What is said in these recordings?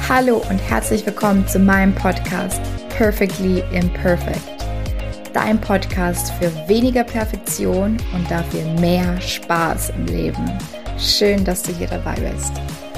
Hallo und herzlich willkommen zu meinem Podcast Perfectly Imperfect. Dein Podcast für weniger Perfektion und dafür mehr Spaß im Leben. Schön, dass du hier dabei bist.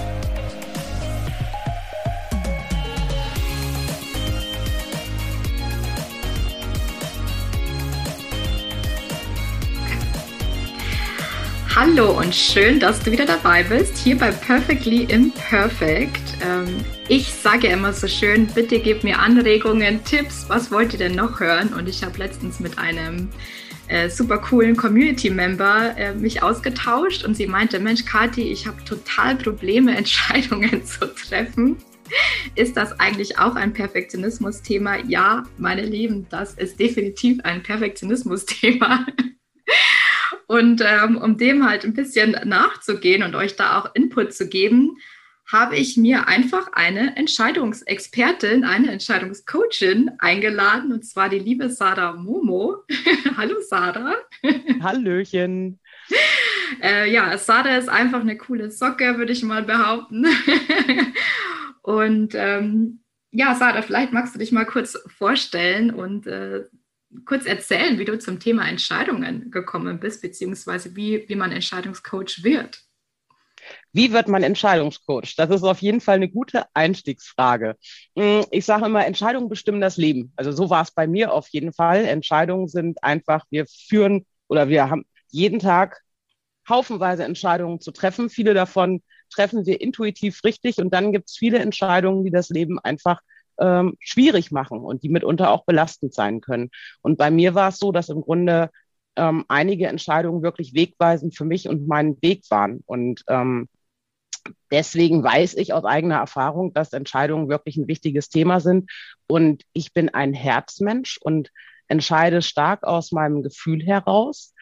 Hallo und schön, dass du wieder dabei bist, hier bei Perfectly Imperfect. Ich sage ja immer so schön, bitte gebt mir Anregungen, Tipps, was wollt ihr denn noch hören? Und ich habe letztens mit einem super coolen Community-Member mich ausgetauscht und sie meinte, Mensch Kathi, ich habe total Probleme, Entscheidungen zu treffen. Ist das eigentlich auch ein Perfektionismus-Thema? Ja, meine Lieben, das ist definitiv ein Perfektionismus-Thema. Und um dem halt ein bisschen nachzugehen und euch da auch Input zu geben, habe ich mir einfach eine Entscheidungsexpertin, eine Entscheidungscoachin eingeladen, und zwar die liebe Sarah Momo. Hallo Sarah. Hallöchen. Sarah ist einfach eine coole Socke, würde ich mal behaupten. Und Sarah, vielleicht magst du dich mal kurz vorstellen und kurz erzählen, wie du zum Thema Entscheidungen gekommen bist, beziehungsweise wie man Entscheidungscoach wird. Wie wird man Entscheidungscoach? Das ist auf jeden Fall eine gute Einstiegsfrage. Ich sage immer, Entscheidungen bestimmen das Leben. Also so war es bei mir auf jeden Fall. Entscheidungen sind einfach, wir haben jeden Tag haufenweise Entscheidungen zu treffen. Viele davon treffen wir intuitiv richtig und dann gibt es viele Entscheidungen, die das Leben einfach schwierig machen und die mitunter auch belastend sein können. Und bei mir war es so, dass im Grunde einige Entscheidungen wirklich wegweisend für mich und meinen Weg waren. Und deswegen weiß ich aus eigener Erfahrung, dass Entscheidungen wirklich ein wichtiges Thema sind. Und ich bin ein Herzmensch und entscheide stark aus meinem Gefühl heraus.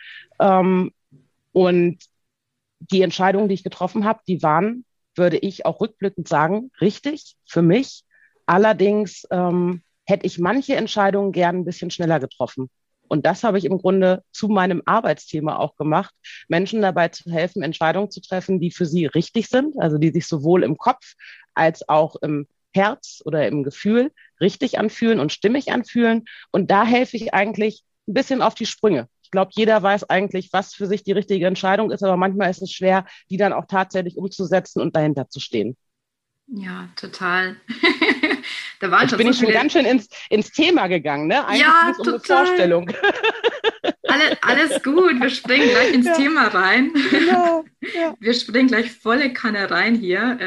Und die Entscheidungen, die ich getroffen habe, die waren, würde ich auch rückblickend sagen, richtig für mich. Allerdings hätte ich manche Entscheidungen gern ein bisschen schneller getroffen. Und das habe ich im Grunde zu meinem Arbeitsthema auch gemacht, Menschen dabei zu helfen, Entscheidungen zu treffen, die für sie richtig sind, also die sich sowohl im Kopf als auch im Herz oder im Gefühl richtig anfühlen und stimmig anfühlen. Und da helfe ich eigentlich ein bisschen auf die Sprünge. Ich glaube, jeder weiß eigentlich, was für sich die richtige Entscheidung ist, aber manchmal ist es schwer, die dann auch tatsächlich umzusetzen und dahinter zu stehen. Ja, total. Da waren bin ich schon ganz schön ins Thema gegangen, ne? Eigentlich ja, um eine Vorstellung. Alles gut, wir springen gleich ins Thema rein. Genau. Ja. Wir springen gleich volle Kanne rein hier.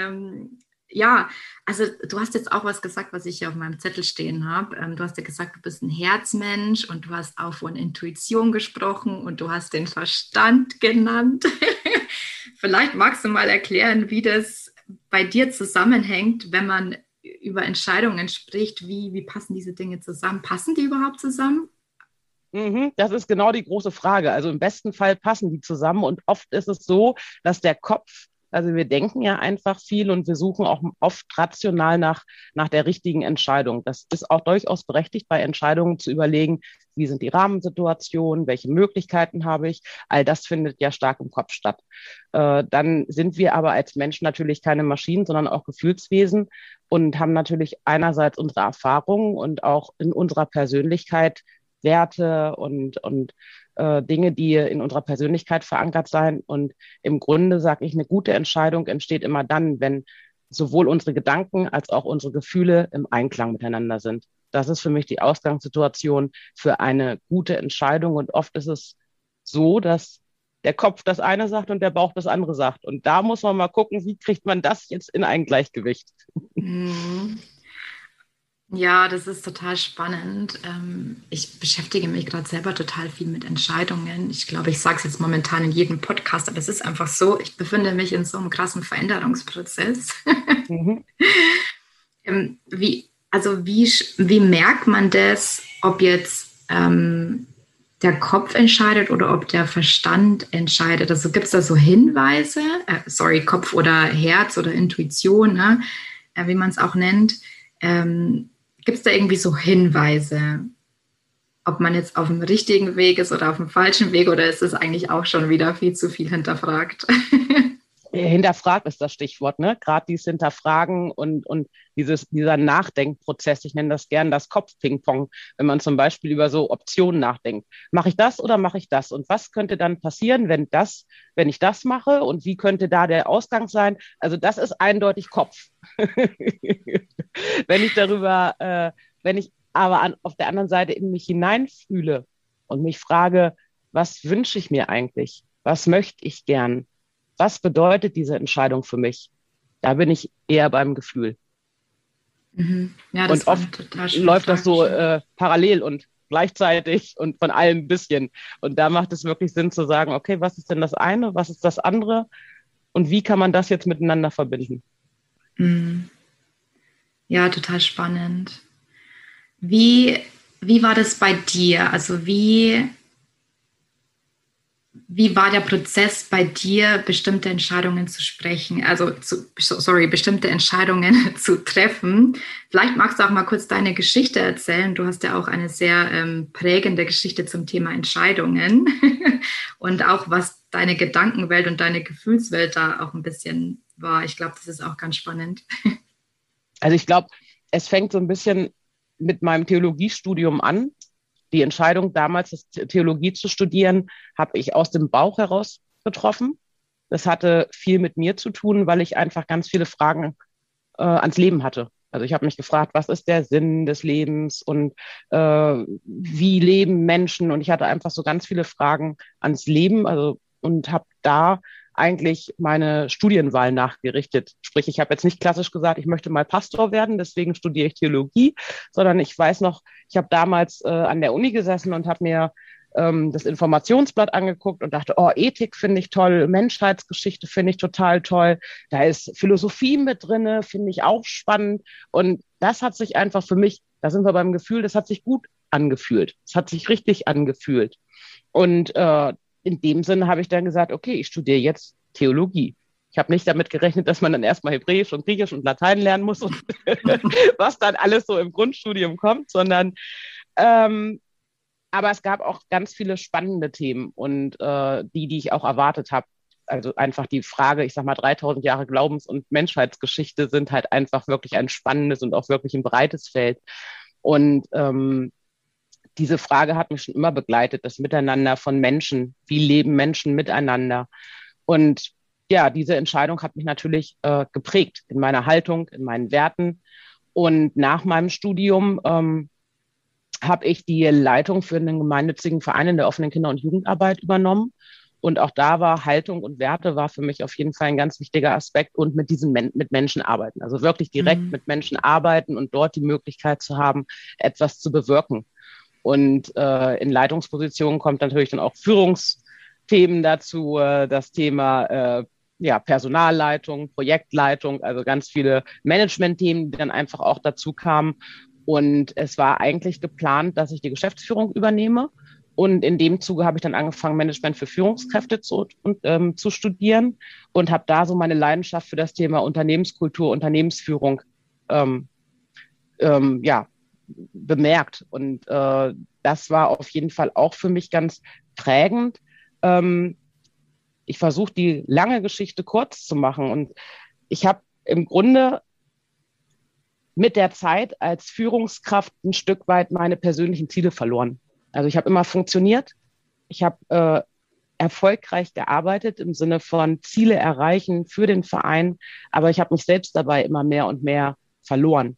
Also du hast jetzt auch was gesagt, was ich hier auf meinem Zettel stehen habe. Du hast ja gesagt, du bist ein Herzmensch und du hast auch von Intuition gesprochen und du hast den Verstand genannt. Vielleicht magst du mal erklären, wie das bei dir zusammenhängt, wenn man über Entscheidungen spricht. Wie passen diese Dinge zusammen? Passen die überhaupt zusammen? Das ist genau die große Frage. Also im besten Fall passen die zusammen und oft ist es so, dass der Kopf, also wir denken ja einfach viel und wir suchen auch oft rational nach der richtigen Entscheidung. Das ist auch durchaus berechtigt, bei Entscheidungen zu überlegen, wie sind die Rahmensituationen, welche Möglichkeiten habe ich. All das findet ja stark im Kopf statt. Dann sind wir aber als Menschen natürlich keine Maschinen, sondern auch Gefühlswesen und haben natürlich einerseits unsere Erfahrungen und auch in unserer Persönlichkeit Werte und Dinge, die in unserer Persönlichkeit verankert sein. Und im Grunde sage ich, eine gute Entscheidung entsteht immer dann, wenn sowohl unsere Gedanken als auch unsere Gefühle im Einklang miteinander sind. Das ist für mich die Ausgangssituation für eine gute Entscheidung. Und oft ist es so, dass der Kopf das eine sagt und der Bauch das andere sagt. Und da muss man mal gucken, wie kriegt man das jetzt in ein Gleichgewicht? Ja, das ist total spannend. Ich beschäftige mich gerade selber total viel mit Entscheidungen. Ich glaube, ich sage es jetzt momentan in jedem Podcast, aber es ist einfach so, ich befinde mich in so einem krassen Veränderungsprozess. Wie merkt man das, ob jetzt der Kopf entscheidet oder ob der Verstand entscheidet? Also gibt es da so Hinweise, Kopf oder Herz oder Intuition, ne? Wie man es auch nennt. Gibt es da irgendwie so Hinweise, ob man jetzt auf dem richtigen Weg ist oder auf dem falschen Weg, oder ist es eigentlich auch schon wieder viel zu viel hinterfragt? Hinterfragt ist das Stichwort, ne? Gerade dieses Hinterfragen und dieser Nachdenkprozess, ich nenne das gern das Kopf-Ping-Pong, wenn man zum Beispiel über so Optionen nachdenkt. Mache ich das oder mache ich das? Und was könnte dann passieren, wenn ich das mache? Und wie könnte da der Ausgang sein? Also das ist eindeutig Kopf. Wenn ich darüber, wenn ich aber auf der anderen Seite in mich hineinfühle und mich frage, was wünsche ich mir eigentlich? Was möchte ich gern? Was bedeutet diese Entscheidung für mich? Da bin ich eher beim Gefühl. Mhm. Ja, das Und war oft eine total schöne läuft das so Fragestellung. parallel und gleichzeitig und von allem ein bisschen. Und da macht es wirklich Sinn zu sagen, okay, was ist denn das eine, was ist das andere und wie kann man das jetzt miteinander verbinden? Mhm. Ja, total spannend. Wie, wie war das bei dir? Also wie war der Prozess bei dir, bestimmte Entscheidungen zu sprechen, bestimmte Entscheidungen zu treffen? Vielleicht magst du auch mal kurz deine Geschichte erzählen. Du hast ja auch eine sehr prägende Geschichte zum Thema Entscheidungen und auch was deine Gedankenwelt und deine Gefühlswelt da auch ein bisschen war. Ich glaube, das ist auch ganz spannend. Also ich glaube, es fängt so ein bisschen mit meinem Theologiestudium an. Die Entscheidung damals, Theologie zu studieren, habe ich aus dem Bauch heraus getroffen. Das hatte viel mit mir zu tun, weil ich einfach ganz viele Fragen ans Leben hatte. Also ich habe mich gefragt, was ist der Sinn des Lebens und wie leben Menschen? Und ich hatte einfach so ganz viele Fragen ans Leben, also und habe da eigentlich meine Studienwahl nachgerichtet. Sprich, ich habe jetzt nicht klassisch gesagt, ich möchte mal Pastor werden, deswegen studiere ich Theologie, sondern ich weiß noch, ich habe damals an der Uni gesessen und habe mir das Informationsblatt angeguckt und dachte, oh, Ethik finde ich toll, Menschheitsgeschichte finde ich total toll, da ist Philosophie mit drinne, finde ich auch spannend. Und das hat sich einfach für mich, da sind wir beim Gefühl, das hat sich gut angefühlt. Es hat sich richtig angefühlt. Und in dem Sinne habe ich dann gesagt, okay, ich studiere jetzt Theologie. Ich habe nicht damit gerechnet, dass man dann erstmal Hebräisch und Griechisch und Latein lernen muss und was dann alles so im Grundstudium kommt, sondern aber es gab auch ganz viele spannende Themen und die ich auch erwartet habe. Also einfach die Frage, ich sag mal, 3000 Jahre Glaubens- und Menschheitsgeschichte sind halt einfach wirklich ein spannendes und auch wirklich ein breites Feld. Und diese Frage hat mich schon immer begleitet, das Miteinander von Menschen. Wie leben Menschen miteinander? Und ja, diese Entscheidung hat mich natürlich geprägt in meiner Haltung, in meinen Werten. Und nach meinem Studium habe ich die Leitung für einen gemeinnützigen Verein in der offenen Kinder- und Jugendarbeit übernommen. Und auch da war Haltung und Werte war für mich auf jeden Fall ein ganz wichtiger Aspekt und mit Menschen arbeiten. Also wirklich direkt Mhm. mit Menschen arbeiten und dort die Möglichkeit zu haben, etwas zu bewirken. Und in Leitungspositionen kommt natürlich dann auch Führungsthemen dazu, das Thema ja, Personalleitung, Projektleitung, also ganz viele Management-Themen, die dann einfach auch dazu kamen. Und es war eigentlich geplant, dass ich die Geschäftsführung übernehme. Und in dem Zuge habe ich dann angefangen, Management für Führungskräfte zu studieren und habe da so meine Leidenschaft für das Thema Unternehmenskultur, Unternehmensführung ähm, ja, bemerkt. Und das war auf jeden Fall auch für mich ganz prägend. Ähm, Ich versuche, die lange Geschichte kurz zu machen. Und ich habe im Grunde mit der Zeit als Führungskraft ein Stück weit meine persönlichen Ziele verloren. Also ich habe immer funktioniert. Ich habe erfolgreich gearbeitet im Sinne von Ziele erreichen für den Verein, aber ich habe mich selbst dabei immer mehr und mehr verloren.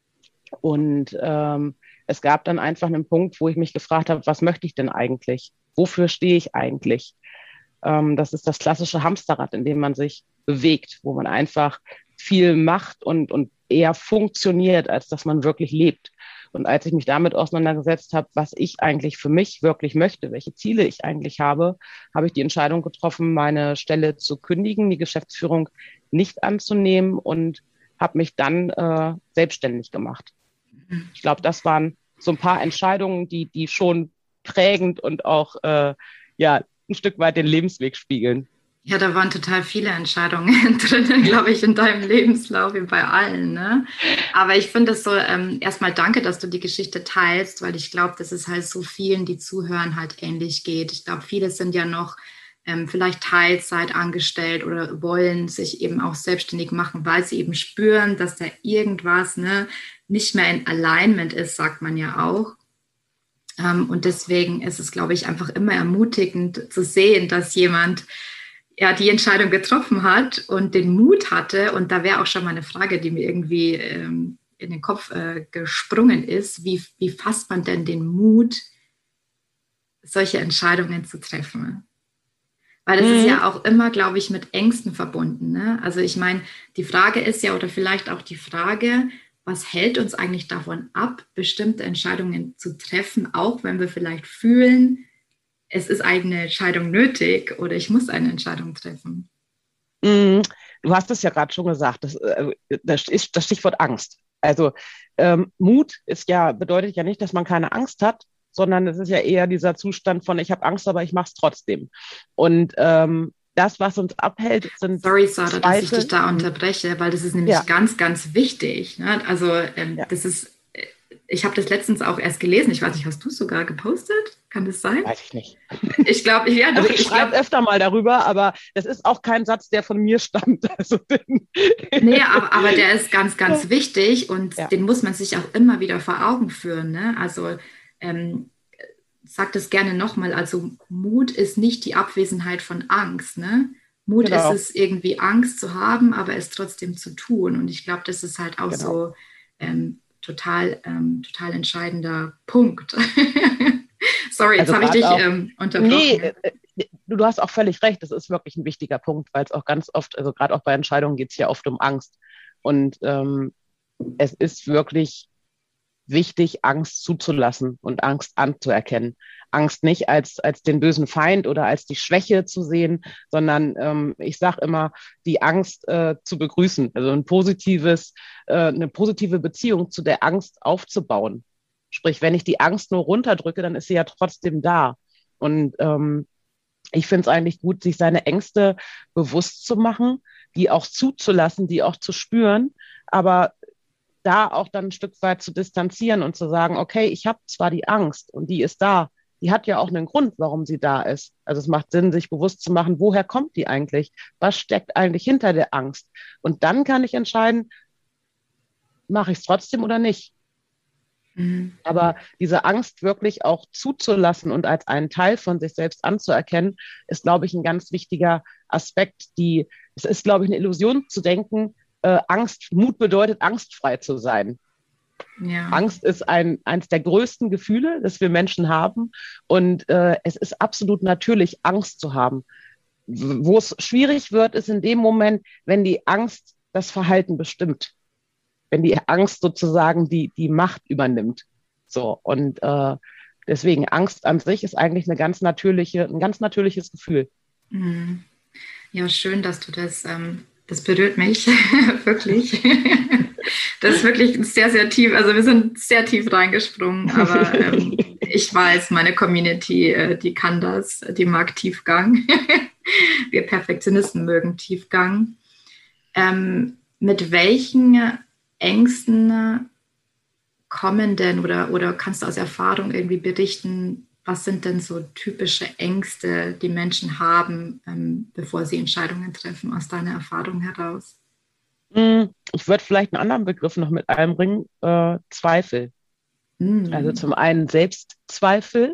Und es gab dann einfach einen Punkt, wo ich mich gefragt habe, was möchte ich denn eigentlich? Wofür stehe ich eigentlich? Das ist das klassische Hamsterrad, in dem man sich bewegt, wo man einfach viel macht und eher funktioniert, als dass man wirklich lebt. Und als ich mich damit auseinandergesetzt habe, was ich eigentlich für mich wirklich möchte, welche Ziele ich eigentlich habe, habe ich die Entscheidung getroffen, meine Stelle zu kündigen, die Geschäftsführung nicht anzunehmen und habe mich dann selbstständig gemacht. Ich glaube, das waren so ein paar Entscheidungen, die schon prägend und auch ja, ein Stück weit den Lebensweg spiegeln. Ja, da waren total viele Entscheidungen drin, glaube ich, in deinem Lebenslauf, wie bei allen. Ne? Aber ich finde es so, erstmal danke, dass du die Geschichte teilst, weil ich glaube, dass es halt so vielen, die zuhören, halt ähnlich geht. Ich glaube, viele sind ja noch vielleicht Teilzeit angestellt oder wollen sich eben auch selbstständig machen, weil sie eben spüren, dass da irgendwas nicht mehr in Alignment ist, sagt man ja auch. Und deswegen ist es, glaube ich, einfach immer ermutigend zu sehen, dass jemand ja die Entscheidung getroffen hat und den Mut hatte. Und da wäre auch schon mal eine Frage, die mir irgendwie in den Kopf gesprungen ist. Wie fasst man denn den Mut, solche Entscheidungen zu treffen? Weil das ist ja auch immer, glaube ich, mit Ängsten verbunden. Ne? Also ich meine, die Frage ist ja, oder vielleicht auch die Frage, was hält uns eigentlich davon ab, bestimmte Entscheidungen zu treffen, auch wenn wir vielleicht fühlen, es ist eine Entscheidung nötig oder ich muss eine Entscheidung treffen. Du hast es ja gerade schon gesagt, das ist das Stichwort Angst. Also Mut bedeutet ja nicht, dass man keine Angst hat, sondern es ist ja eher dieser Zustand von, ich habe Angst, aber ich mache es trotzdem. Und das, was uns abhält, sind Sorry, Sarah, Zweifel. dass ich dich da unterbreche, weil das ist nämlich ganz, ganz wichtig. Ne? Also das ist, ich habe das letztens auch erst gelesen. Ich weiß nicht, hast du es sogar gepostet? Kann das sein? Weiß ich nicht. Ich glaube, ja. Also ich schreibe öfter mal darüber, aber das ist auch kein Satz, der von mir stammt. Also nee, aber der ist ganz, ganz wichtig und den muss man sich auch immer wieder vor Augen führen. Ne? Also sag das gerne nochmal. Also Mut ist nicht die Abwesenheit von Angst. Ne? Mut ist es, irgendwie Angst zu haben, aber es trotzdem zu tun. Und ich glaube, das ist halt auch so total entscheidender Punkt. Sorry, jetzt habe ich dich unterbrochen. Nee, du hast auch völlig recht. Das ist wirklich ein wichtiger Punkt, weil es auch ganz oft, also gerade auch bei Entscheidungen geht es ja oft um Angst. Und es ist wirklich wichtig, Angst zuzulassen und Angst anzuerkennen. Angst nicht als den bösen Feind oder als die Schwäche zu sehen, sondern ich sage immer, die Angst zu begrüßen, also eine positive Beziehung zu der Angst aufzubauen. Sprich, wenn ich die Angst nur runterdrücke, dann ist sie ja trotzdem da. Und ich finde es eigentlich gut, sich seine Ängste bewusst zu machen, die auch zuzulassen, die auch zu spüren, aber da auch dann ein Stück weit zu distanzieren und zu sagen, okay, ich habe zwar die Angst und die ist da, die hat ja auch einen Grund, warum sie da ist. Also es macht Sinn, sich bewusst zu machen, woher kommt die eigentlich? Was steckt eigentlich hinter der Angst? Und dann kann ich entscheiden, mache ich es trotzdem oder nicht. Aber diese Angst wirklich auch zuzulassen und als einen Teil von sich selbst anzuerkennen, ist, glaube ich, ein ganz wichtiger Aspekt. Es ist, glaube ich, eine Illusion zu denken, Mut bedeutet, angstfrei zu sein. Ja. Angst ist eins der größten Gefühle, das wir Menschen haben. Und es ist absolut natürlich, Angst zu haben. Wo es schwierig wird, ist in dem Moment, wenn die Angst das Verhalten bestimmt. Wenn die Angst sozusagen die Macht übernimmt. So, und deswegen, Angst an sich ist eigentlich ein ganz natürliches Gefühl. Ja, schön, dass du das berührt mich, wirklich. Das ist wirklich sehr, sehr tief, also wir sind sehr tief reingesprungen, aber ich weiß, meine Community, die kann das, die mag Tiefgang. Wir Perfektionisten mögen Tiefgang. Mit welchen Ängsten kommen denn oder kannst du aus Erfahrung irgendwie berichten, was sind denn so typische Ängste, die Menschen haben, bevor sie Entscheidungen treffen, aus deiner Erfahrung heraus? Ich würde vielleicht einen anderen Begriff noch mit einbringen, Zweifel. Also zum einen Selbstzweifel.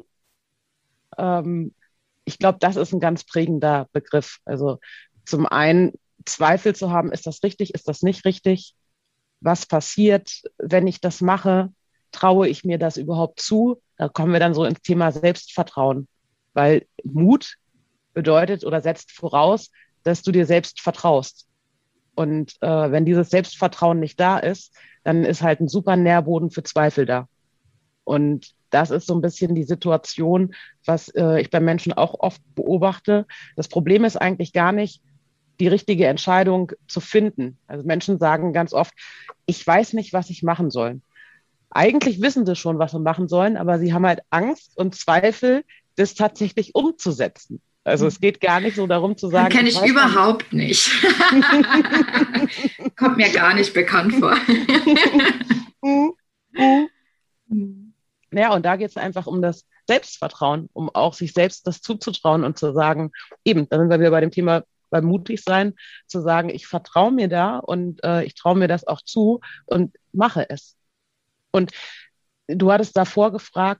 Ich glaube, das ist ein ganz prägender Begriff. Also zum einen Zweifel zu haben, ist das richtig, ist das nicht richtig? Was passiert, wenn ich das mache? Traue ich mir das überhaupt zu? Da kommen wir dann so ins Thema Selbstvertrauen, weil Mut bedeutet oder setzt voraus, dass du dir selbst vertraust. Und wenn dieses Selbstvertrauen nicht da ist, dann ist halt ein super Nährboden für Zweifel da. Und das ist so ein bisschen die Situation, was ich bei Menschen auch oft beobachte. Das Problem ist eigentlich gar nicht, die richtige Entscheidung zu finden. Also Menschen sagen ganz oft, ich weiß nicht, was ich machen soll. Eigentlich wissen sie schon, was sie machen sollen, aber sie haben halt Angst und Zweifel, das tatsächlich umzusetzen. Also es geht gar nicht so darum zu sagen. Kenne ich überhaupt nicht. Kommt mir gar nicht bekannt vor. Ja, und da geht es einfach um das Selbstvertrauen, um auch sich selbst das zuzutrauen und zu sagen, eben, da sind wir wieder bei dem Thema, beim mutig sein, zu sagen, ich vertraue mir da und ich traue mir das auch zu und mache es. Und du hattest davor gefragt,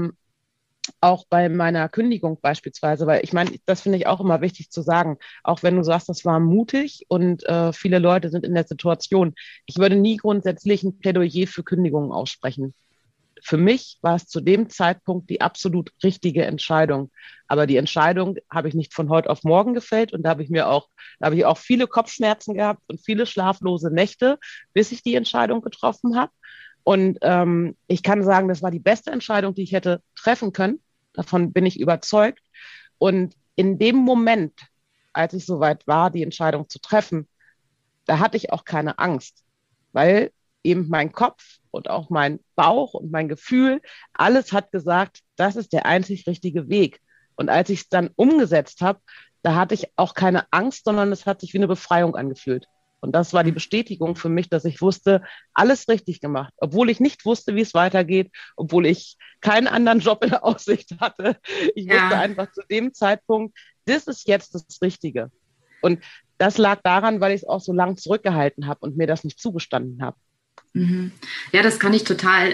auch bei meiner Kündigung beispielsweise, weil ich meine, das finde ich auch immer wichtig zu sagen, auch wenn du sagst, das war mutig und viele Leute sind in der Situation. Ich würde nie grundsätzlich ein Plädoyer für Kündigungen aussprechen. Für mich war es zu dem Zeitpunkt die absolut richtige Entscheidung. Aber die Entscheidung habe ich nicht von heute auf morgen gefällt und da habe ich auch viele Kopfschmerzen gehabt und viele schlaflose Nächte, bis ich die Entscheidung getroffen habe. Und ich kann sagen, das war die beste Entscheidung, die ich hätte treffen können. Davon bin ich überzeugt. Und in dem Moment, als ich soweit war, die Entscheidung zu treffen, da hatte ich auch keine Angst, weil eben mein Kopf und auch mein Bauch und mein Gefühl, alles hat gesagt, das ist der einzig richtige Weg. Und als ich es dann umgesetzt habe, da hatte ich auch keine Angst, sondern es hat sich wie eine Befreiung angefühlt. Und das war die Bestätigung für mich, dass ich wusste, alles richtig gemacht, obwohl ich nicht wusste, wie es weitergeht, obwohl ich keinen anderen Job in der Aussicht hatte. Ich wusste einfach zu dem Zeitpunkt, das ist jetzt das Richtige. Und das lag daran, weil ich es auch so lange zurückgehalten habe und mir das nicht zugestanden habe. Ja, das kann ich total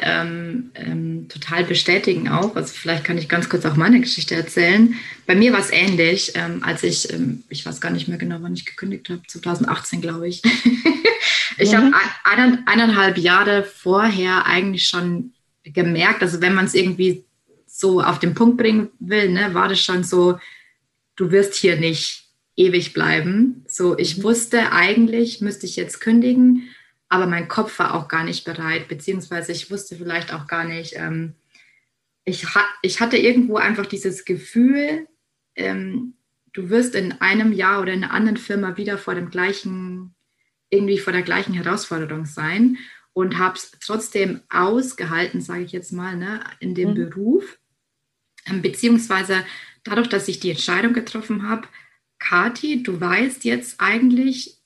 bestätigen auch. Also vielleicht kann ich ganz kurz auch meine Geschichte erzählen. Bei mir war es ähnlich, als ich weiß gar nicht mehr genau, wann ich gekündigt habe, 2018 glaube ich. Ich habe 1,5 Jahre vorher eigentlich schon gemerkt, also wenn man es irgendwie so auf den Punkt bringen will, ne, war das schon so, du wirst hier nicht ewig bleiben. So, ich wusste eigentlich, müsste ich jetzt kündigen, aber mein Kopf war auch gar nicht bereit, beziehungsweise ich wusste vielleicht auch gar nicht, ich hatte irgendwo einfach dieses Gefühl, du wirst in einem Jahr oder in einer anderen Firma wieder vor der gleichen Herausforderung sein und habe es trotzdem ausgehalten, sage ich jetzt mal, ne, in dem Beruf, beziehungsweise dadurch, dass ich die Entscheidung getroffen habe, Kathi, du weißt jetzt eigentlich,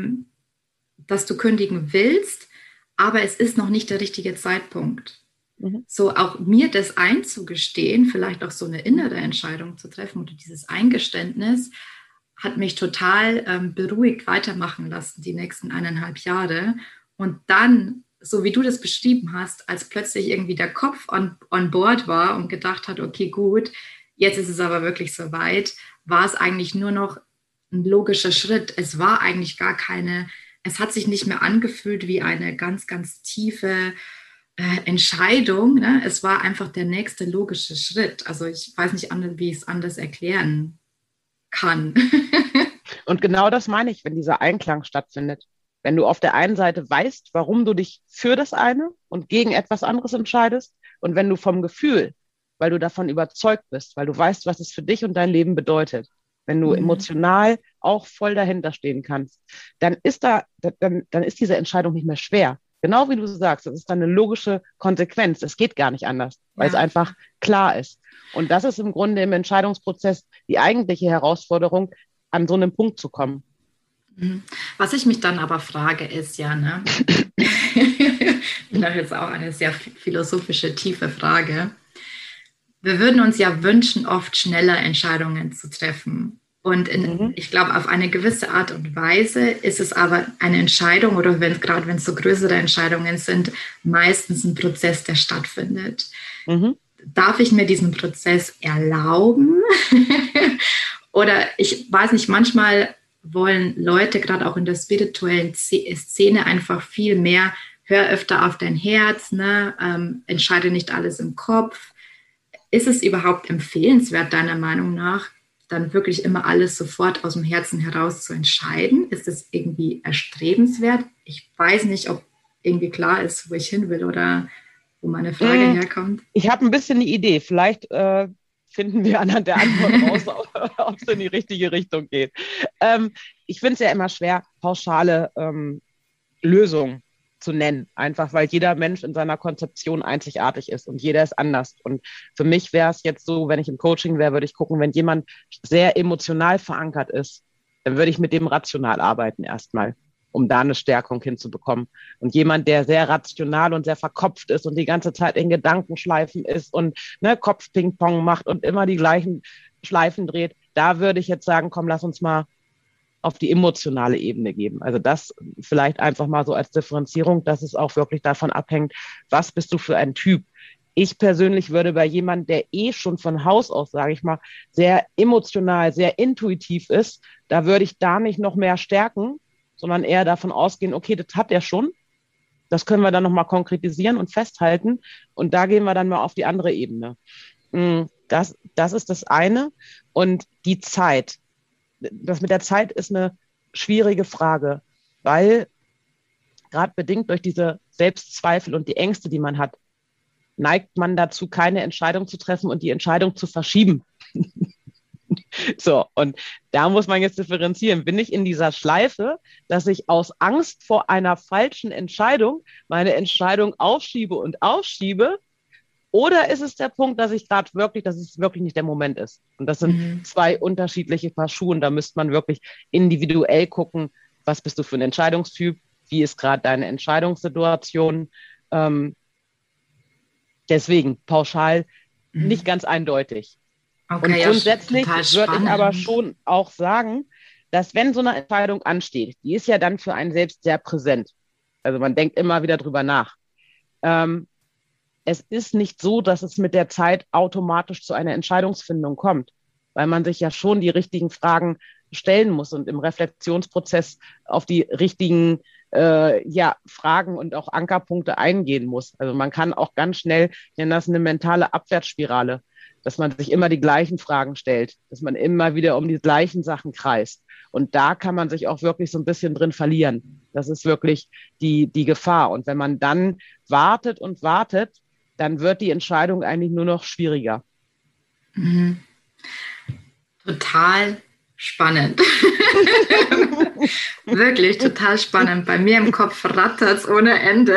dass du kündigen willst, aber es ist noch nicht der richtige Zeitpunkt. So auch mir das einzugestehen, vielleicht auch so eine innere Entscheidung zu treffen oder dieses Eingeständnis, hat mich total beruhigt weitermachen lassen, die nächsten 1,5 Jahre. Und dann, so wie du das beschrieben hast, als plötzlich irgendwie der Kopf on board war und gedacht hat, okay, gut, jetzt ist es aber wirklich soweit, war es eigentlich nur noch ein logischer Schritt. Es war eigentlich gar keine... Es hat sich nicht mehr angefühlt wie eine ganz, ganz tiefe Entscheidung. Ne? Es war einfach der nächste logische Schritt. Also ich weiß nicht, wie ich es anders erklären kann. Und genau das meine ich, wenn dieser Einklang stattfindet. Wenn du auf der einen Seite weißt, warum du dich für das eine und gegen etwas anderes entscheidest und wenn du vom Gefühl, weil du davon überzeugt bist, weil du weißt, was es für dich und dein Leben bedeutet, wenn du emotional auch voll dahinter stehen kannst, dann ist diese Entscheidung nicht mehr schwer. Genau wie du sagst, das ist dann eine logische Konsequenz. Es geht gar nicht anders, weil es einfach klar ist. Und das ist im Grunde im Entscheidungsprozess die eigentliche Herausforderung, an so einen Punkt zu kommen. Was ich mich dann aber frage, ist ja, ne? Ich glaube, jetzt auch eine sehr philosophische, tiefe Frage. Wir würden uns ja wünschen, oft schneller Entscheidungen zu treffen. Und ich glaube, auf eine gewisse Art und Weise ist es aber eine Entscheidung oder gerade wenn es so größere Entscheidungen sind, meistens ein Prozess, der stattfindet. Darf ich mir diesen Prozess erlauben? Oder ich weiß nicht, manchmal wollen Leute gerade auch in der spirituellen Szene einfach viel mehr, hör öfter auf dein Herz, ne? Entscheide nicht alles im Kopf. Ist es überhaupt empfehlenswert, deiner Meinung nach, dann wirklich immer alles sofort aus dem Herzen heraus zu entscheiden? Ist es irgendwie erstrebenswert? Ich weiß nicht, ob irgendwie klar ist, wo ich hin will oder wo meine Frage herkommt. Ich habe ein bisschen eine Idee. Vielleicht finden wir anhand der Antwort raus, ob es in die richtige Richtung geht. Ich finde es ja immer schwer, pauschale Lösungen zu nennen, einfach weil jeder Mensch in seiner Konzeption einzigartig ist und jeder ist anders. Und für mich wäre es jetzt so, wenn ich im Coaching wäre, würde ich gucken, wenn jemand sehr emotional verankert ist, dann würde ich mit dem rational arbeiten erstmal, um da eine Stärkung hinzubekommen. Und jemand, der sehr rational und sehr verkopft ist und die ganze Zeit in Gedankenschleifen ist und Kopf-Ping-Pong macht und immer die gleichen Schleifen dreht, da würde ich jetzt sagen, komm, lass uns mal auf die emotionale Ebene geben. Also das vielleicht einfach mal so als Differenzierung, dass es auch wirklich davon abhängt, was bist du für ein Typ. Ich persönlich würde bei jemandem, der schon von Haus aus, sage ich mal, sehr emotional, sehr intuitiv ist, da würde ich da nicht noch mehr stärken, sondern eher davon ausgehen, okay, das hat er schon. Das können wir dann nochmal konkretisieren und festhalten. Und da gehen wir dann mal auf die andere Ebene. Das ist das eine. Und die Zeit. Das mit der Zeit ist eine schwierige Frage, weil gerade bedingt durch diese Selbstzweifel und die Ängste, die man hat, neigt man dazu, keine Entscheidung zu treffen und die Entscheidung zu verschieben. So, und da muss man jetzt differenzieren. Bin ich in dieser Schleife, dass ich aus Angst vor einer falschen Entscheidung meine Entscheidung aufschiebe und aufschiebe? Oder ist es der Punkt, dass es wirklich nicht der Moment ist? Und das sind zwei unterschiedliche Paar Schuhe. Und da müsste man wirklich individuell gucken, was bist du für ein Entscheidungstyp? Wie ist gerade deine Entscheidungssituation? Deswegen pauschal nicht ganz eindeutig. Okay, und grundsätzlich würde ich aber schon auch sagen, dass wenn so eine Entscheidung ansteht, die ist ja dann für einen selbst sehr präsent. Also man denkt immer wieder drüber nach. Es ist nicht so, dass es mit der Zeit automatisch zu einer Entscheidungsfindung kommt, weil man sich ja schon die richtigen Fragen stellen muss und im Reflexionsprozess auf die richtigen Fragen und auch Ankerpunkte eingehen muss. Also man kann auch ganz schnell, ich nenne das eine mentale Abwärtsspirale, dass man sich immer die gleichen Fragen stellt, dass man immer wieder um die gleichen Sachen kreist. Und da kann man sich auch wirklich so ein bisschen drin verlieren. Das ist wirklich die Gefahr. Und wenn man dann wartet und wartet, dann wird die Entscheidung eigentlich nur noch schwieriger. Mhm. Total spannend. Wirklich total spannend. Bei mir im Kopf rattert es ohne Ende.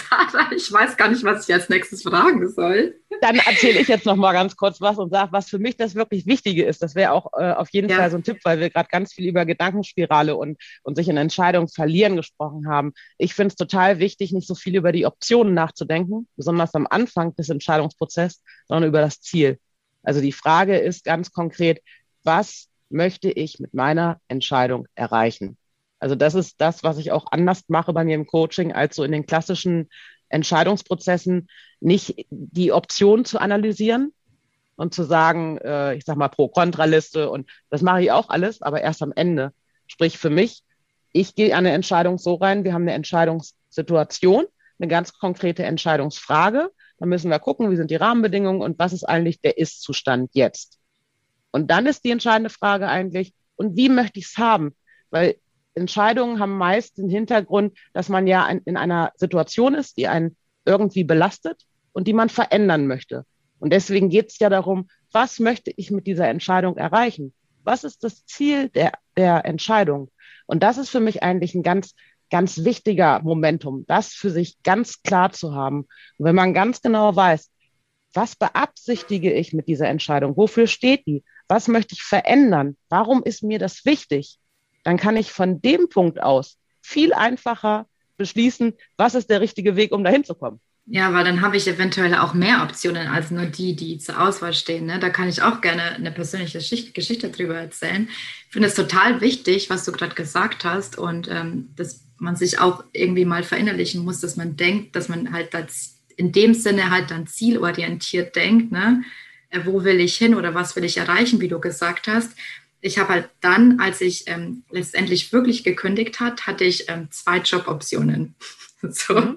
Ich weiß gar nicht, was ich als nächstes fragen soll. Dann erzähle ich jetzt noch mal ganz kurz was und sage, was für mich das wirklich Wichtige ist. Das wäre auch auf jeden Fall so ein Tipp, weil wir gerade ganz viel über Gedankenspirale und sich in Entscheidungen verlieren gesprochen haben. Ich finde es total wichtig, nicht so viel über die Optionen nachzudenken, besonders am Anfang des Entscheidungsprozesses, sondern über das Ziel. Also die Frage ist ganz konkret, was möchte ich mit meiner Entscheidung erreichen? Also das ist das, was ich auch anders mache bei mir im Coaching, als so in den klassischen Entscheidungsprozessen, nicht die Option zu analysieren und zu sagen, ich sag mal Pro-Kontra-Liste, und das mache ich auch alles, aber erst am Ende. Sprich für mich, ich gehe an eine Entscheidung so rein, wir haben eine Entscheidungssituation, eine ganz konkrete Entscheidungsfrage, dann müssen wir gucken, wie sind die Rahmenbedingungen und was ist eigentlich der Ist-Zustand jetzt. Und dann ist die entscheidende Frage eigentlich, und wie möchte ich es haben? Weil Entscheidungen haben meist den Hintergrund, dass man ja in einer Situation ist, die einen irgendwie belastet und die man verändern möchte. Und deswegen geht es ja darum, was möchte ich mit dieser Entscheidung erreichen? Was ist das Ziel der Entscheidung? Und das ist für mich eigentlich ein ganz, ganz wichtiger Momentum, das für sich ganz klar zu haben. Und wenn man ganz genau weiß, was beabsichtige ich mit dieser Entscheidung? Wofür steht die? Was möchte ich verändern? Warum ist mir das wichtig? Dann kann ich von dem Punkt aus viel einfacher beschließen, was ist der richtige Weg, um dahin zu kommen. Ja, weil dann habe ich eventuell auch mehr Optionen als nur die zur Auswahl stehen. Ne? Da kann ich auch gerne eine persönliche Geschichte drüber erzählen. Ich finde es total wichtig, was du gerade gesagt hast, und dass man sich auch irgendwie mal verinnerlichen muss, dass man denkt, dass man halt in dem Sinne halt dann zielorientiert denkt, ne? Wo will ich hin oder was will ich erreichen, wie du gesagt hast. Ich habe halt dann, als ich letztendlich wirklich gekündigt hat, hatte ich 2 Joboptionen. So.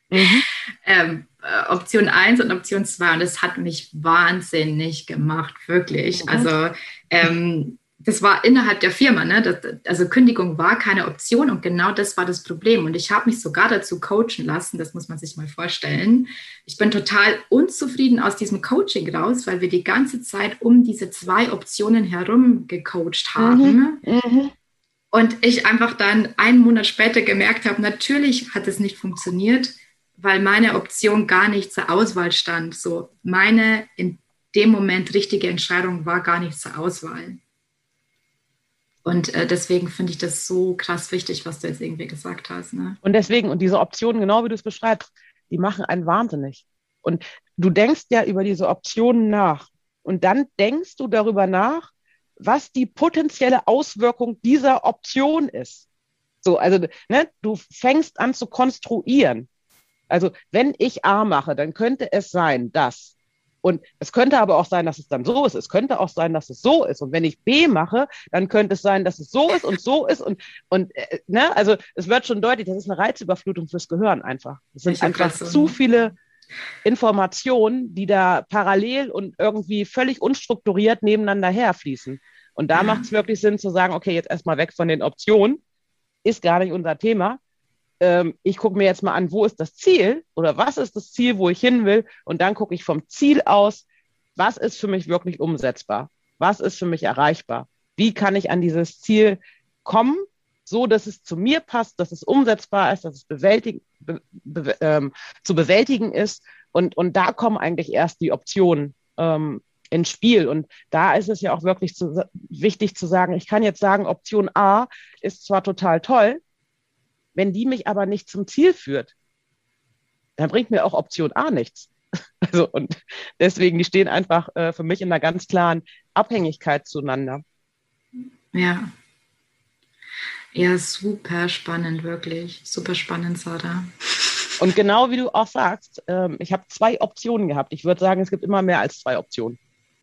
Option 1 und Option 2, und das hat mich wahnsinnig gemacht, wirklich. Also das war innerhalb der Firma, ne? Also Kündigung war keine Option, und genau das war das Problem. Und ich habe mich sogar dazu coachen lassen, das muss man sich mal vorstellen. Ich bin total unzufrieden aus diesem Coaching raus, weil wir die ganze Zeit um diese 2 Optionen herum gecoacht haben. Und ich einfach dann einen Monat später gemerkt habe, natürlich hat es nicht funktioniert, weil meine Option gar nicht zur Auswahl stand. So, meine in dem Moment richtige Entscheidung war gar nicht zur Auswahl. Und deswegen finde ich das so krass wichtig, was du jetzt irgendwie gesagt hast. Ne? Und deswegen, und diese Optionen, genau wie du es beschreibst, die machen einen wahnsinnig. Und du denkst ja über diese Optionen nach. Und dann denkst du darüber nach, was die potenzielle Auswirkung dieser Option ist. So, also, ne, du fängst an zu konstruieren. Also, wenn ich A mache, dann könnte es sein, dass. Und es könnte aber auch sein, dass es dann so ist. Es könnte auch sein, dass es so ist. Und wenn ich B mache, dann könnte es sein, dass es so ist und so ist. Und ne, also es wird schon deutlich, das ist eine Reizüberflutung fürs Gehirn einfach. Es sind einfach zu viele Informationen, die da parallel und irgendwie völlig unstrukturiert nebeneinander herfließen. Und da macht es wirklich Sinn zu sagen, okay, jetzt erstmal weg von den Optionen, ist gar nicht unser Thema. Ich gucke mir jetzt mal an, wo ist das Ziel oder was ist das Ziel, wo ich hin will, und dann gucke ich vom Ziel aus, was ist für mich wirklich umsetzbar, was ist für mich erreichbar, wie kann ich an dieses Ziel kommen, so dass es zu mir passt, dass es umsetzbar ist, dass es zu bewältigen ist, und da kommen eigentlich erst die Optionen ins Spiel. Und da ist es ja auch wirklich wichtig zu sagen, ich kann jetzt sagen, Option A ist zwar total toll, wenn die mich aber nicht zum Ziel führt, dann bringt mir auch Option A nichts. Also, und deswegen, die stehen einfach für mich in einer ganz klaren Abhängigkeit zueinander. Ja. Ja, super spannend, wirklich. Super spannend, Sarah. Und genau wie du auch sagst, ich habe 2 Optionen gehabt. Ich würde sagen, es gibt immer mehr als 2 Optionen.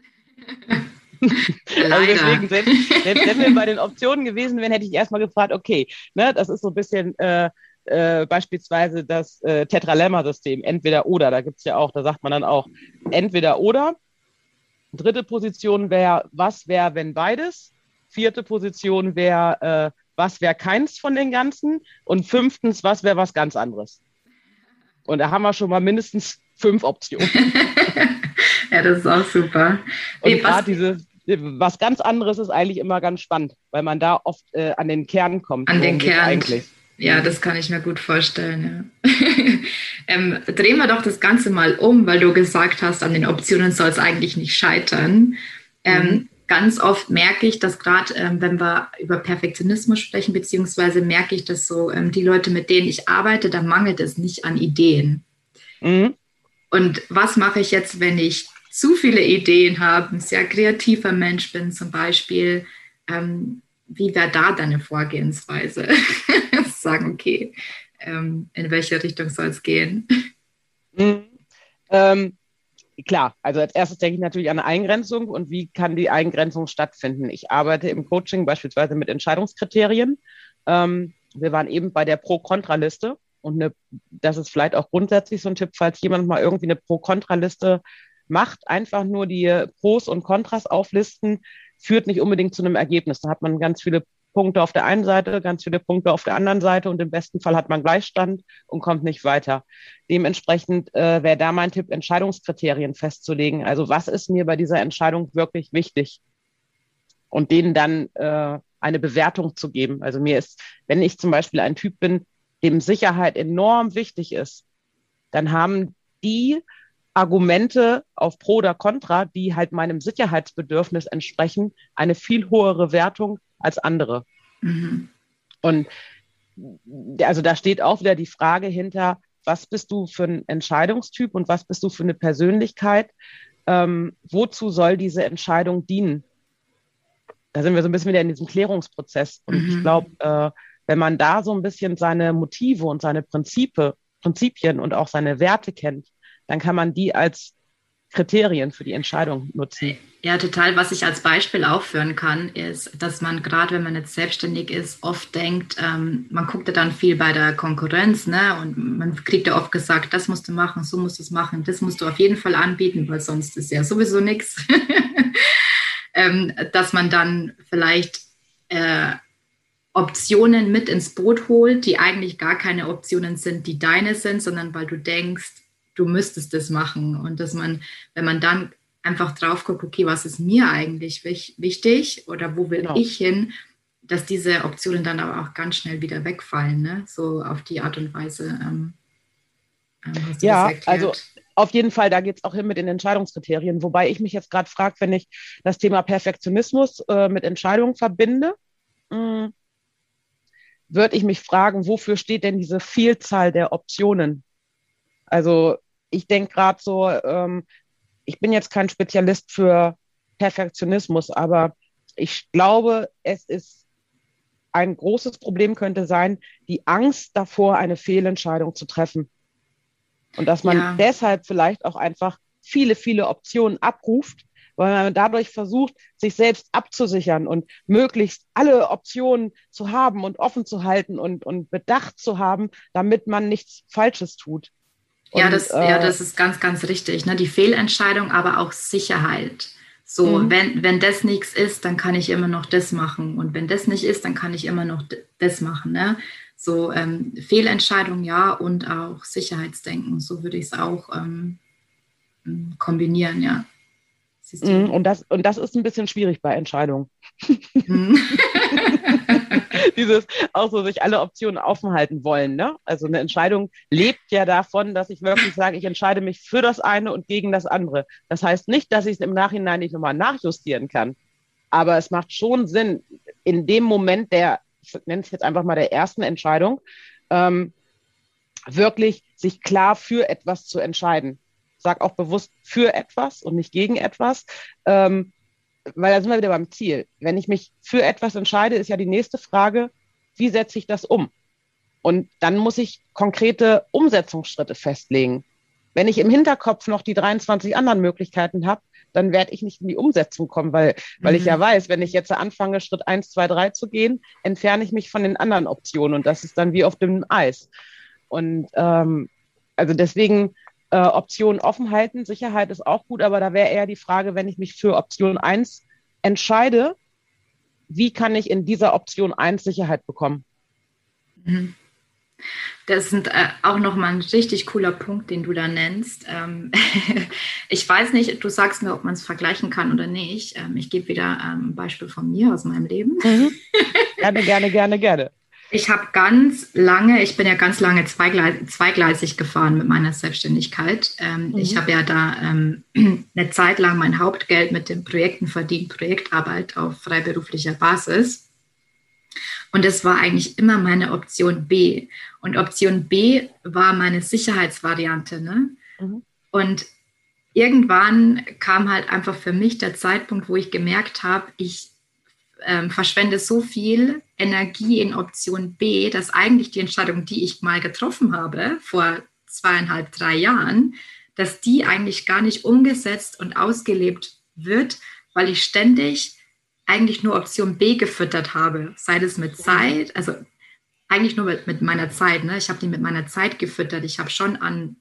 Also deswegen, selbst wenn wir bei den Optionen gewesen wären, hätte ich erstmal gefragt, okay, ne, das ist so ein bisschen beispielsweise das Tetralemma-System, entweder oder, da gibt es ja auch, da sagt man dann auch entweder oder. 3. Position wäre, was wäre, wenn beides? 4. Position wäre, was wäre keins von den ganzen? Und 5., was wäre was ganz anderes? Und da haben wir schon mal mindestens 5 Optionen. Ja, das ist auch super. Und gerade was ganz anderes ist eigentlich immer ganz spannend, weil man da oft an den Kern kommt. An den Kern. Eigentlich. Ja, das kann ich mir gut vorstellen. Ja. Drehen wir doch das Ganze mal um, weil du gesagt hast, an den Optionen soll es eigentlich nicht scheitern. Ganz oft merke ich, dass gerade, wenn wir über Perfektionismus sprechen, beziehungsweise merke ich, dass so die Leute, mit denen ich arbeite, da mangelt es nicht an Ideen. Und was mache ich jetzt, wenn ich zu viele Ideen habe, ein sehr kreativer Mensch bin zum Beispiel? Wie wäre da deine Vorgehensweise? Sagen, okay, in welche Richtung soll es gehen? Klar, also als erstes denke ich natürlich an eine Eingrenzung und wie kann die Eingrenzung stattfinden. Ich arbeite im Coaching beispielsweise mit Entscheidungskriterien. Wir waren eben bei der Pro-Kontra-Liste und das ist vielleicht auch grundsätzlich so ein Tipp, falls jemand mal irgendwie eine Pro-Kontra-Liste macht, einfach nur die Pros und Kontras auflisten, führt nicht unbedingt zu einem Ergebnis. Da hat man ganz viele Punkte auf der einen Seite, ganz viele Punkte auf der anderen Seite und im besten Fall hat man Gleichstand und kommt nicht weiter. Dementsprechend wäre da mein Tipp, Entscheidungskriterien festzulegen. Also was ist mir bei dieser Entscheidung wirklich wichtig? Und denen dann eine Bewertung zu geben. Also mir ist, wenn ich zum Beispiel ein Typ bin, dem Sicherheit enorm wichtig ist, dann haben die Argumente auf Pro oder Contra, die halt meinem Sicherheitsbedürfnis entsprechen, eine viel höhere Wertung als andere. Und also da steht auch wieder die Frage hinter, was bist du für ein Entscheidungstyp und was bist du für eine Persönlichkeit? Wozu soll diese Entscheidung dienen? Da sind wir so ein bisschen wieder in diesem Klärungsprozess. Und ich glaube, wenn man da so ein bisschen seine Motive und seine Prinzipien und auch seine Werte kennt, dann kann man die als Kriterien für die Entscheidung nutzen. Ja, total. Was ich als Beispiel aufführen kann, ist, dass man gerade, wenn man jetzt selbstständig ist, oft denkt, man guckt ja dann viel bei der Konkurrenz, ne? Und man kriegt ja oft gesagt, das musst du machen, so musst du es machen, das musst du auf jeden Fall anbieten, weil sonst ist ja sowieso nichts. Dass man dann vielleicht Optionen mit ins Boot holt, die eigentlich gar keine Optionen sind, die deine sind, sondern weil du denkst, du müsstest das machen. Und dass man, wenn man dann einfach drauf guckt, okay, was ist mir eigentlich wichtig oder wo will ich hin, dass diese Optionen dann aber auch ganz schnell wieder wegfallen, ne? So auf die Art und Weise. Hast du ja, das erklärt? Also auf jeden Fall, da geht es auch hin mit den Entscheidungskriterien. Wobei ich mich jetzt gerade frage, wenn ich das Thema Perfektionismus mit Entscheidungen verbinde, würde ich mich fragen, wofür steht denn diese Vielzahl der Optionen? Also ich denke gerade so, ich bin jetzt kein Spezialist für Perfektionismus, aber ich glaube, es ist ein großes Problem könnte sein, die Angst davor, eine Fehlentscheidung zu treffen. Und dass man deshalb vielleicht auch einfach viele, viele Optionen abruft, weil man dadurch versucht, sich selbst abzusichern und möglichst alle Optionen zu haben und offen zu halten und bedacht zu haben, damit man nichts Falsches tut. Ja, das ist ganz, ganz richtig. Ne? Die Fehlentscheidung, aber auch Sicherheit. So, wenn das nichts ist, dann kann ich immer noch das machen. Und wenn das nicht ist, dann kann ich immer noch das machen. Ne? So, Fehlentscheidung, ja, und auch Sicherheitsdenken. So würde ich es auch kombinieren, ja. Und das ist ein bisschen schwierig bei Entscheidungen. Dieses auch so sich alle Optionen offen halten wollen. Ne? Also eine Entscheidung lebt ja davon, dass ich wirklich sage, ich entscheide mich für das eine und gegen das andere. Das heißt nicht, dass ich es im Nachhinein nicht nochmal nachjustieren kann. Aber es macht schon Sinn, in dem Moment ich nenne es jetzt einfach mal der ersten Entscheidung, wirklich sich klar für etwas zu entscheiden. Sag auch bewusst für etwas und nicht gegen etwas, weil da sind wir wieder beim Ziel. Wenn ich mich für etwas entscheide, ist ja die nächste Frage, wie setze ich das um? Und dann muss ich konkrete Umsetzungsschritte festlegen. Wenn ich im Hinterkopf noch die 23 anderen Möglichkeiten habe, dann werde ich nicht in die Umsetzung kommen, weil ich ja weiß, wenn ich jetzt anfange, Schritt 1, 2, 3 zu gehen, entferne ich mich von den anderen Optionen und das ist dann wie auf dünnem Eis. Und also deswegen Optionen offen halten. Sicherheit ist auch gut, aber da wäre eher die Frage, wenn ich mich für Option 1 entscheide, wie kann ich in dieser Option 1 Sicherheit bekommen? Das ist auch nochmal ein richtig cooler Punkt, den du da nennst. Ich weiß nicht, du sagst mir, ob man es vergleichen kann oder nicht. Ich gebe wieder ein Beispiel von mir aus meinem Leben. Gerne. Ich bin ja ganz lange zweigleisig gefahren mit meiner Selbstständigkeit. Ich habe ja da eine Zeit lang mein Hauptgeld mit den Projekten verdient, Projektarbeit auf freiberuflicher Basis. Und das war eigentlich immer meine Option B. Und Option B war meine Sicherheitsvariante. Ne? Und irgendwann kam halt einfach für mich der Zeitpunkt, wo ich gemerkt habe, ich verschwende so viel Energie in Option B, dass eigentlich die Entscheidung, die ich mal getroffen habe, vor 2,5, 3 Jahren, dass die eigentlich gar nicht umgesetzt und ausgelebt wird, weil ich ständig eigentlich nur Option B gefüttert habe, sei es mit Zeit, also eigentlich nur mit meiner Zeit. Ne? Ich habe die mit meiner Zeit gefüttert. Ich habe schon an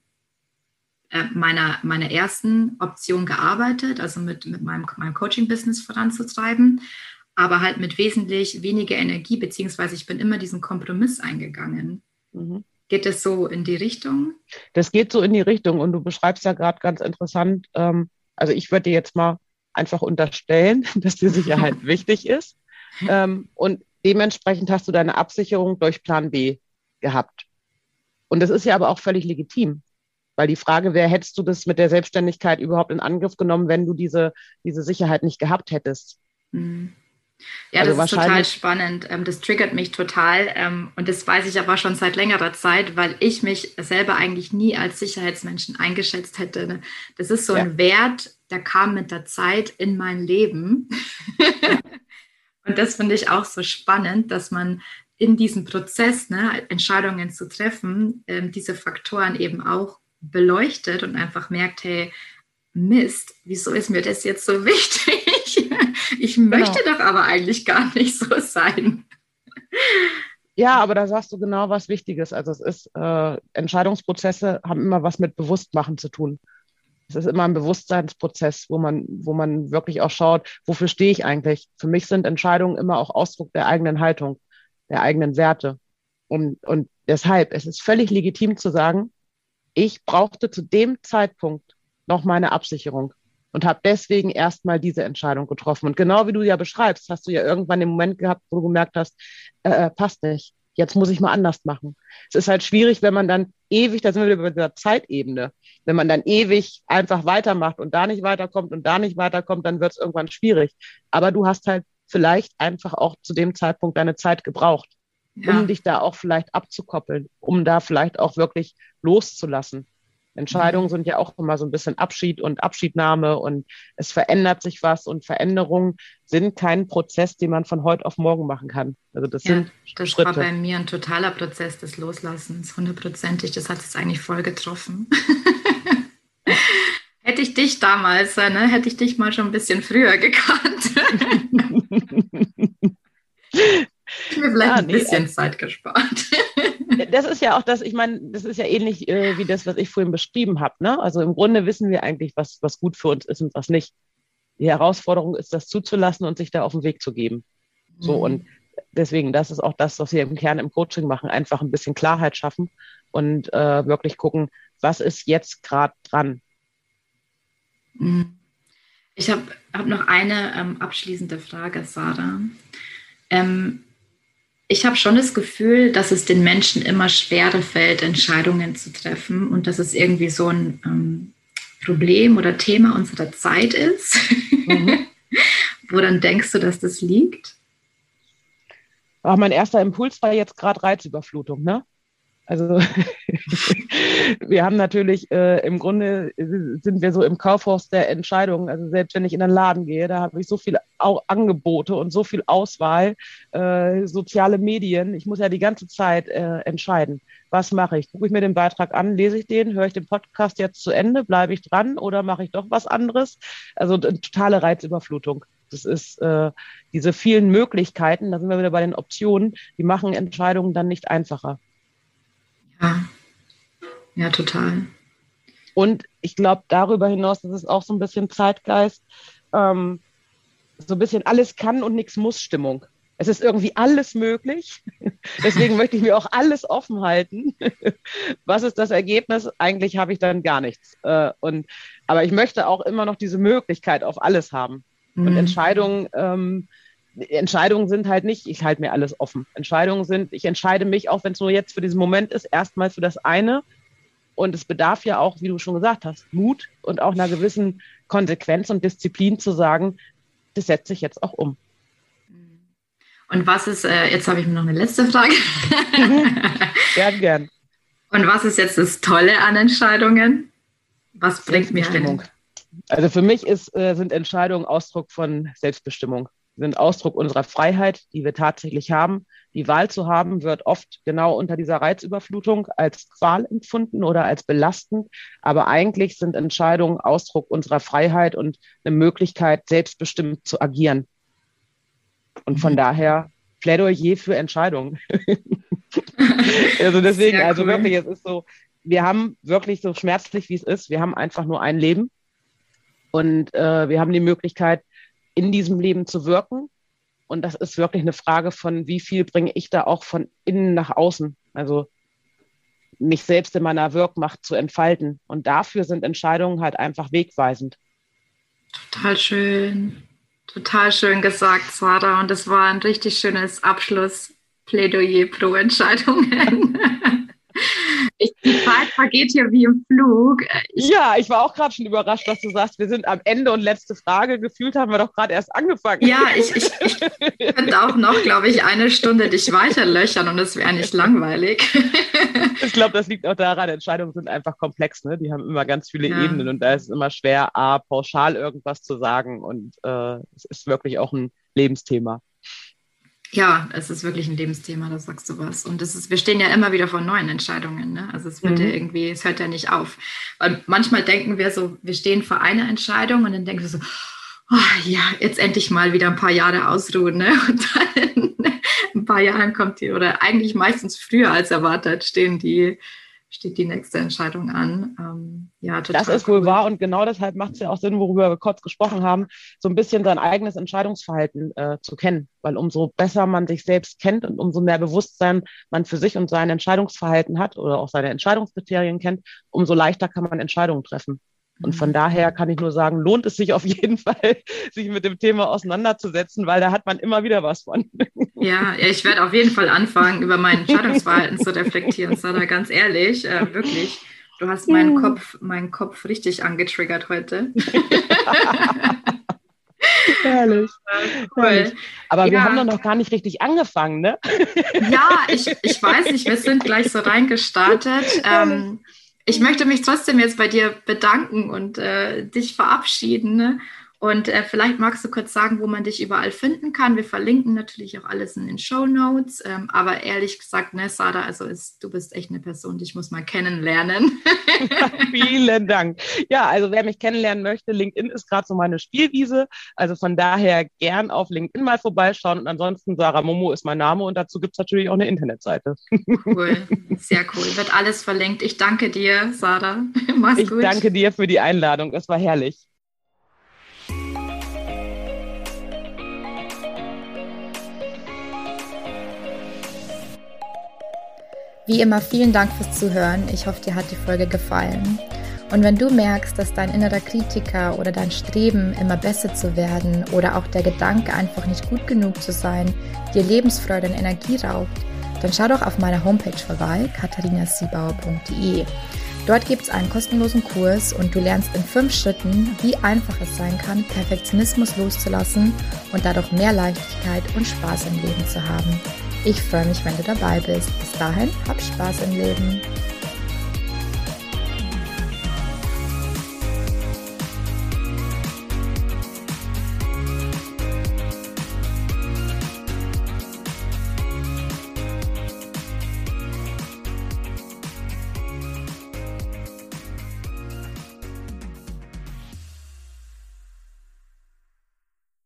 meiner ersten Option gearbeitet, also mit meinem Coaching-Business voranzutreiben, aber halt mit wesentlich weniger Energie, beziehungsweise ich bin immer diesen Kompromiss eingegangen. Geht das so in die Richtung? Das geht so in die Richtung und du beschreibst ja gerade ganz interessant, also ich würde dir jetzt mal einfach unterstellen, dass die Sicherheit wichtig ist und dementsprechend hast du deine Absicherung durch Plan B gehabt. Und das ist ja aber auch völlig legitim, weil die Frage wäre, hättest du das mit der Selbstständigkeit überhaupt in Angriff genommen, wenn du diese Sicherheit nicht gehabt hättest? Ja, also das ist total spannend. Das triggert mich total. Und das weiß ich aber schon seit längerer Zeit, weil ich mich selber eigentlich nie als Sicherheitsmenschen eingeschätzt hätte. Das ist so ein Wert, der kam mit der Zeit in mein Leben. Und das finde ich auch so spannend, dass man in diesem Prozess, Entscheidungen zu treffen, diese Faktoren eben auch beleuchtet und einfach merkt, hey, Mist, wieso ist mir das jetzt so wichtig? Ich möchte doch aber eigentlich gar nicht so sein. Ja, aber da sagst du genau was Wichtiges. Also es ist, Entscheidungsprozesse haben immer was mit Bewusstmachen zu tun. Es ist immer ein Bewusstseinsprozess, wo man wirklich auch schaut, wofür stehe ich eigentlich? Für mich sind Entscheidungen immer auch Ausdruck der eigenen Haltung, der eigenen Werte. Und deshalb, es ist völlig legitim zu sagen, ich brauchte zu dem Zeitpunkt noch meine Absicherung und habe deswegen erstmal diese Entscheidung getroffen. Und genau wie du ja beschreibst, hast du ja irgendwann den Moment gehabt, wo du gemerkt hast, passt nicht, jetzt muss ich mal anders machen. Es ist halt schwierig, wenn man dann ewig, da sind wir wieder bei dieser Zeitebene, wenn man dann ewig einfach weitermacht und da nicht weiterkommt und da nicht weiterkommt, dann wird es irgendwann schwierig. Aber du hast halt vielleicht einfach auch zu dem Zeitpunkt deine Zeit gebraucht, um dich da auch vielleicht abzukoppeln, um da vielleicht auch wirklich loszulassen. Entscheidungen sind ja auch immer so ein bisschen Abschied und Abschiednahme und es verändert sich was und Veränderungen sind kein Prozess, den man von heute auf morgen machen kann. Also das sind das Schritte. war bei mir ein totaler Prozess des Loslassens, 100%. Das hat es eigentlich voll getroffen. Hätte ich dich damals, hätte ich dich mal schon ein bisschen früher gekannt. Ich mir vielleicht ein bisschen Zeit gespart. Das ist ja auch das, ich meine, das ist ja ähnlich wie das, was ich vorhin beschrieben habe. Ne? Also im Grunde wissen wir eigentlich, was gut für uns ist und was nicht. Die Herausforderung ist, das zuzulassen und sich da auf den Weg zu geben. So, und deswegen, das ist auch das, was wir im Kern im Coaching machen, einfach ein bisschen Klarheit schaffen und wirklich gucken, was ist jetzt gerade dran. Ich hab noch eine abschließende Frage, Sarah. Ich habe schon das Gefühl, dass es den Menschen immer schwerer fällt, Entscheidungen zu treffen und dass es irgendwie so ein Problem oder Thema unserer Zeit ist. Woran denkst du, dass das liegt? Ach, mein erster Impuls war jetzt gerade Reizüberflutung, ne? Also wir haben natürlich, im Grunde sind wir so im Kaufhaus der Entscheidungen. Also selbst wenn ich in einen Laden gehe, da habe ich so viele Angebote und so viel Auswahl, soziale Medien. Ich muss ja die ganze Zeit entscheiden, was mache ich? Gucke ich mir den Beitrag an, lese ich den, höre ich den Podcast jetzt zu Ende, bleibe ich dran oder mache ich doch was anderes? Also eine totale Reizüberflutung. Das ist diese vielen Möglichkeiten, da sind wir wieder bei den Optionen, die machen Entscheidungen dann nicht einfacher. Ja, total. Und ich glaube, darüber hinaus, das ist auch so ein bisschen Zeitgeist, so ein bisschen alles kann und nichts muss Stimmung. Es ist irgendwie alles möglich. Deswegen möchte ich mir auch alles offen halten. Was ist das Ergebnis? Eigentlich habe ich dann gar nichts. Aber ich möchte auch immer noch diese Möglichkeit auf alles haben. Und Entscheidungen sind halt nicht, ich halte mir alles offen. Entscheidungen sind, ich entscheide mich, auch wenn es nur jetzt für diesen Moment ist, erstmal für das eine. Und es bedarf ja auch, wie du schon gesagt hast, Mut und auch einer gewissen Konsequenz und Disziplin zu sagen, das setze ich jetzt auch um. Und was ist, jetzt habe ich mir noch eine letzte Frage. Gern. Und was ist jetzt das Tolle an Entscheidungen? Was bringt mir Selbstbestimmung? Also für mich sind Entscheidungen Ausdruck von Selbstbestimmung. Sind Ausdruck unserer Freiheit, die wir tatsächlich haben. Die Wahl zu haben, wird oft genau unter dieser Reizüberflutung als Qual empfunden oder als belastend. Aber eigentlich sind Entscheidungen Ausdruck unserer Freiheit und eine Möglichkeit, selbstbestimmt zu agieren. Und von daher Plädoyer für Entscheidungen. Also deswegen, cool. Also wirklich, es ist so, wir haben wirklich so schmerzlich, wie es ist, wir haben einfach nur ein Leben. Und wir haben die Möglichkeit, in diesem Leben zu wirken. Und das ist wirklich eine Frage von, wie viel bringe ich da auch von innen nach außen. Also mich selbst in meiner Wirkmacht zu entfalten. Und dafür sind Entscheidungen halt einfach wegweisend. Total schön gesagt, Sarah. Und das war ein richtig schönes Abschlussplädoyer pro Entscheidungen. Die Zeit vergeht hier wie im Flug. Ja, ich war auch gerade schon überrascht, dass du sagst, wir sind am Ende und letzte Frage. Gefühlt haben wir doch gerade erst angefangen. Ja, ich könnte auch noch, glaube ich, 1 Stunde dich weiterlöchern und es wäre nicht langweilig. Ich glaube, das liegt auch daran, Entscheidungen sind einfach komplex, ne? Die haben immer ganz viele Ebenen und da ist es immer schwer, pauschal irgendwas zu sagen und es ist wirklich auch ein Lebensthema. Ja, es ist wirklich ein Lebensthema, da sagst du was. Und wir stehen ja immer wieder vor neuen Entscheidungen. Ne? Also es wird es hört ja nicht auf. Weil manchmal denken wir so, wir stehen vor einer Entscheidung und dann denken wir so, jetzt endlich mal wieder ein paar Jahre ausruhen. Ne? Und dann in ein paar Jahren kommt oder eigentlich meistens früher als erwartet, steht die nächste Entscheidung an. Ja, total. Das ist wohl wahr und genau deshalb macht es ja auch Sinn, worüber wir kurz gesprochen haben, so ein bisschen sein eigenes Entscheidungsverhalten zu kennen, weil umso besser man sich selbst kennt und umso mehr Bewusstsein man für sich und sein Entscheidungsverhalten hat oder auch seine Entscheidungskriterien kennt, umso leichter kann man Entscheidungen treffen. Und von daher kann ich nur sagen, lohnt es sich auf jeden Fall, sich mit dem Thema auseinanderzusetzen, weil da hat man immer wieder was von. Ja, ich werde auf jeden Fall anfangen, über mein Entscheidungsverhalten zu reflektieren, Sarah, ganz ehrlich, wirklich. Du hast meinen Kopf richtig angetriggert heute. Herrlich. Cool. Herrlich. Aber wir Ja. haben doch noch gar nicht richtig angefangen, ne? Ja, ich weiß nicht, wir sind gleich so reingestartet. Ich möchte mich trotzdem jetzt bei dir bedanken und dich verabschieden. Ne? Und vielleicht magst du kurz sagen, wo man dich überall finden kann. Wir verlinken natürlich auch alles in den Shownotes. Aber ehrlich gesagt, ne, Sada, also du bist echt eine Person, die ich muss mal kennenlernen. Vielen Dank. Ja, also wer mich kennenlernen möchte, LinkedIn ist gerade so meine Spielwiese. Also von daher gern auf LinkedIn mal vorbeischauen. Und ansonsten Sarah Momo ist mein Name und dazu gibt es natürlich auch eine Internetseite. Cool, sehr cool. Wird alles verlinkt. Ich danke dir, Sada. Mach's gut. Ich danke dir für die Einladung. Es war herrlich. Wie immer, vielen Dank fürs Zuhören. Ich hoffe, dir hat die Folge gefallen. Und wenn du merkst, dass dein innerer Kritiker oder dein Streben, immer besser zu werden oder auch der Gedanke, einfach nicht gut genug zu sein, dir Lebensfreude und Energie raubt, dann schau doch auf meiner Homepage vorbei, katharinasiebauer.de. Dort gibt es einen kostenlosen Kurs und du lernst in 5 Schritten, wie einfach es sein kann, Perfektionismus loszulassen und dadurch mehr Leichtigkeit und Spaß im Leben zu haben. Ich freue mich, wenn du dabei bist. Bis dahin, hab Spaß im Leben.